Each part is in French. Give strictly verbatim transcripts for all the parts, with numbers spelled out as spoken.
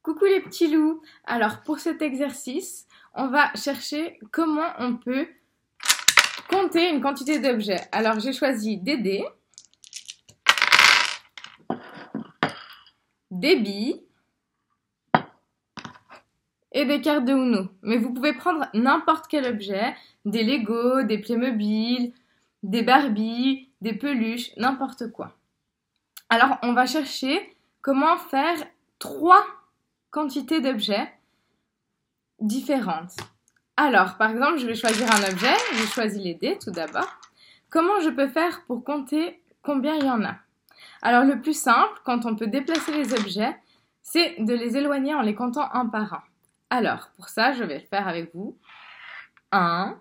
Coucou les petits loups! Alors pour cet exercice, on va chercher comment on peut compter une quantité d'objets. Alors j'ai choisi des dés, des billes et des cartes de Uno. Mais vous pouvez prendre n'importe quel objet, des Lego, des Playmobil, des Barbie, des peluches, n'importe quoi. Alors on va chercher comment faire trois quantités d'objets différentes. Alors, par exemple, je vais choisir un objet. Je choisis les dés tout d'abord. Comment je peux faire pour compter combien il y en a? Alors, le plus simple, quand on peut déplacer les objets, c'est de les éloigner en les comptant un par un. Alors, pour ça, je vais le faire avec vous. un,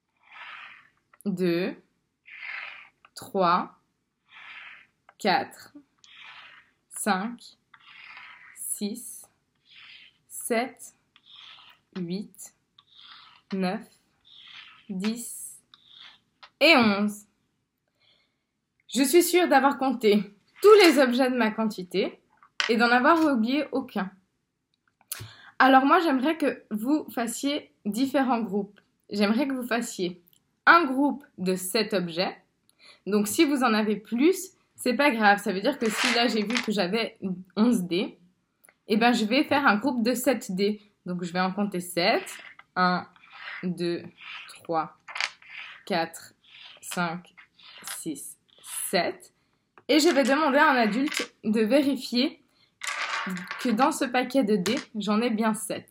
deux, trois, quatre, cinq, six, sept, huit, neuf, dix et onze. Je suis sûre d'avoir compté tous les objets de ma quantité et d'en avoir oublié aucun. Alors moi, j'aimerais que vous fassiez différents groupes. J'aimerais que vous fassiez un groupe de sept objets. Donc si vous en avez plus, c'est pas grave. Ça veut dire que si là j'ai vu que j'avais onze dés, eh ben je vais faire un groupe de sept dés. Donc je vais en compter sept. un, deux, trois, quatre, cinq, six, sept. Et je vais demander à un adulte de vérifier que dans ce paquet de dés, j'en ai bien sept.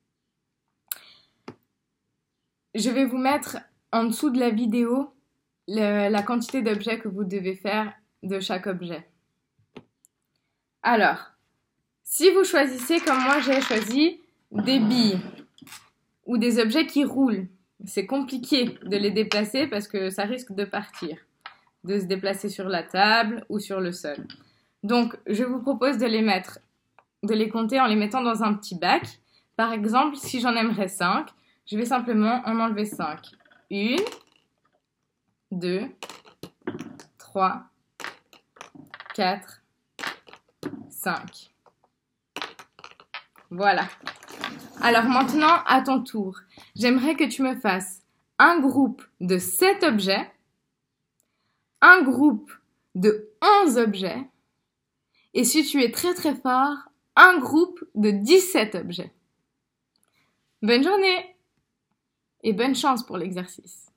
Je vais vous mettre en dessous de la vidéo le, la quantité d'objets que vous devez faire de chaque objet. Alors, si vous choisissez comme moi j'ai choisi des billes ou des objets qui roulent, c'est compliqué de les déplacer parce que ça risque de partir, de se déplacer sur la table ou sur le sol. Donc, je vous propose de les mettre, de les compter en les mettant dans un petit bac. Par exemple, si j'en aimerais cinq, je vais simplement en enlever cinq. une, deux, trois, quatre, cinq. Voilà. Alors maintenant, à ton tour, j'aimerais que tu me fasses un groupe de sept objets, un groupe de onze objets, et si tu es très très fort, un groupe de dix-sept objets. Bonne journée et bonne chance pour l'exercice.